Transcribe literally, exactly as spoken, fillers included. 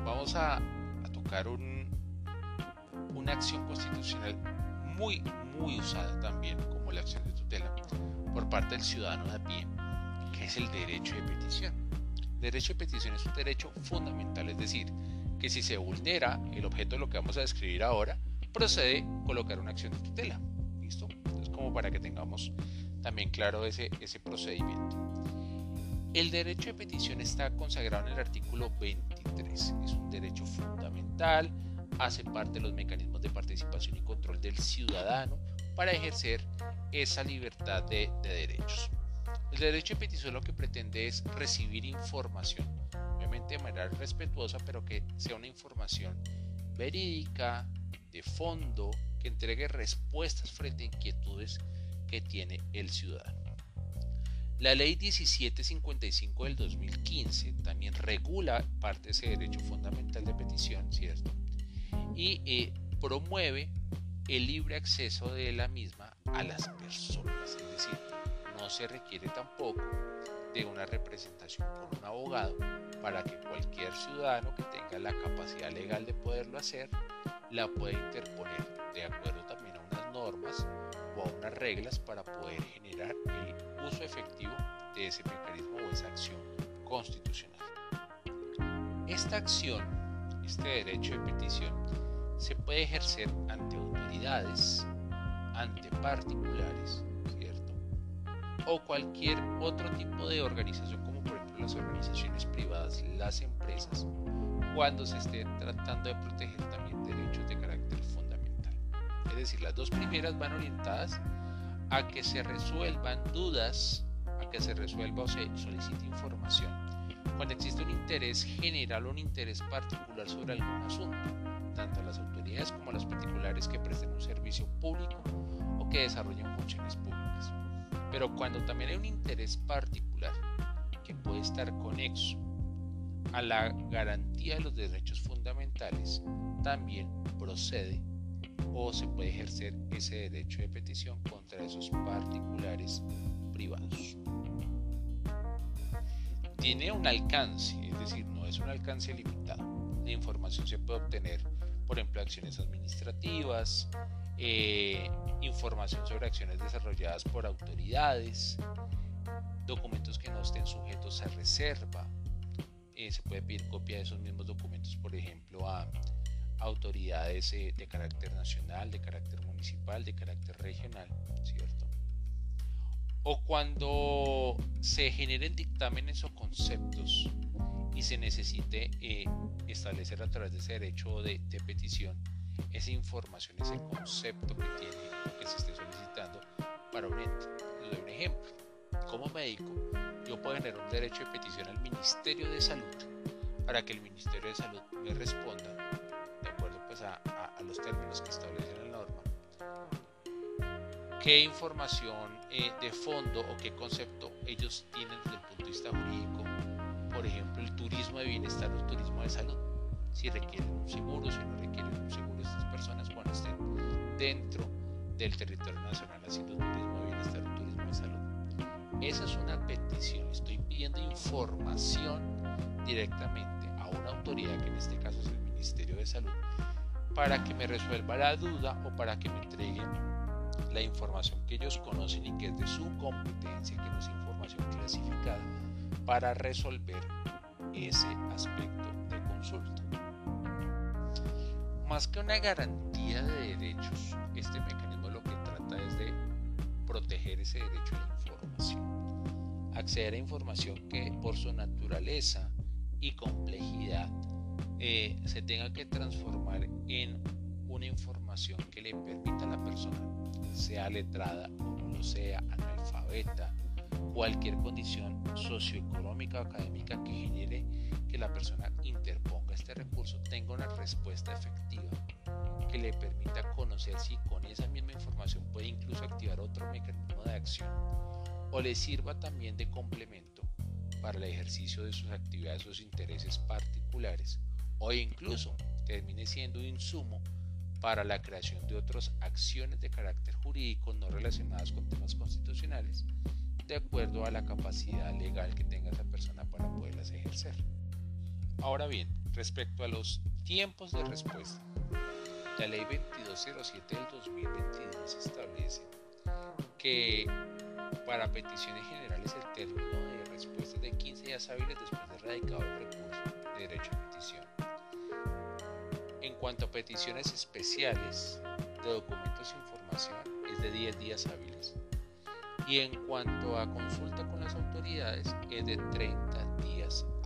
vamos a, a tocar un, una acción constitucional muy, muy usada también como la acción de tutela por parte del ciudadano de a pie, que es el derecho de petición. El derecho de petición es un derecho fundamental, es decir, que si se vulnera el objeto de lo que vamos a describir ahora, procede colocar una acción de tutela. ¿Listo? Entonces, como para que tengamos también claro ese, ese procedimiento. El derecho de petición está consagrado en el artículo veintitrés. Es un derecho fundamental, hace parte de los mecanismos de participación y control del ciudadano para ejercer esa libertad de, de derechos. El derecho de petición lo que pretende es recibir información, obviamente de manera respetuosa, pero que sea una información verídica, de fondo, que entregue respuestas frente a inquietudes que tiene el ciudadano. La ley diecisiete cincuenta y cinco del dos mil quince también regula parte de ese derecho fundamental de petición, ¿cierto? Y eh, promueve el libre acceso de la misma a las personas, es decir, no se requiere tampoco de una representación por un abogado para que cualquier ciudadano que tenga la capacidad legal de poderlo hacer la pueda interponer de acuerdo también a unas normas o a unas reglas para poder generar el uso efectivo de ese mecanismo o esa acción constitucional. Esta acción, este derecho de petición, se puede ejercer ante autoridades, ante particulares, ¿cierto? O cualquier otro tipo de organización, como por ejemplo las organizaciones privadas, las empresas, cuando se esté tratando de proteger también derechos de carácter fundamental. Es decir, las dos primeras van orientadas a que se resuelvan dudas, a que se resuelva o se solicite información cuando existe un interés general o un interés particular sobre algún asunto, tanto a las autoridades como a los particulares que presten un servicio público o que desarrollen funciones públicas. Pero cuando también hay un interés particular que puede estar conexo a la garantía de los derechos fundamentales, también procede o se puede ejercer ese derecho de petición contra esos particulares privados. Tiene un alcance, es decir, no es un alcance limitado. La información se puede obtener, por ejemplo, acciones administrativas, eh, información sobre acciones desarrolladas por autoridades, documentos que no estén sujetos a reserva. Eh, se puede pedir copia de esos mismos documentos, por ejemplo, a autoridades eh, de carácter nacional, de carácter municipal, de carácter regional, ¿cierto? O cuando se generen dictámenes o conceptos y se necesite eh, establecer a través de ese derecho de, de petición esa información, ese concepto que tiene lo que se esté solicitando para un ente. Les doy un ejemplo. Como médico, yo puedo generar un derecho de petición al Ministerio de Salud para que el Ministerio de Salud me responda de acuerdo pues a, a, a los términos que establece la norma, qué información eh, de fondo o qué concepto ellos tienen desde el punto de vista jurídico, por ejemplo el turismo de bienestar o el turismo de salud, si requieren un seguro, si no requieren un seguro estas personas cuando estén dentro del territorio nacional haciendo turismo de bienestar o turismo de salud. Esa es una petición, estoy pidiendo información directamente a una autoridad, que en este caso es el Ministerio de Salud, para que me resuelva la duda o para que me entreguen la información que ellos conocen y que es de su competencia, que no es información clasificada, para resolver ese aspecto de consulta. Más que una garantía de derechos, este mecanismo lo que trata es de proteger ese derecho a la información, acceder a información que por su naturaleza y complejidad eh, se tenga que transformar en una información que le permita a la persona, sea letrada o no lo sea, analfabeta, cualquier condición socioeconómica o académica que genere que la persona interponga este recurso, tenga una respuesta efectiva que le permita conocer si con esa misma información puede incluso activar otro mecanismo de acción o le sirva también de complemento para el ejercicio de sus actividades, sus intereses particulares, o incluso termine siendo un insumo para la creación de otras acciones de carácter jurídico no relacionadas con temas constitucionales, de acuerdo a la capacidad legal que tenga esa persona para poderlas ejercer. Ahora bien, Respecto a los tiempos de respuesta, la ley veintidós cero siete del dos mil veintidós establece que para peticiones generales el término de respuesta es de quince días hábiles después de radicado el recurso de derecho a petición. En cuanto a peticiones especiales de documentos e información, es de diez días hábiles. Y en cuanto a consulta con las autoridades, es de treinta días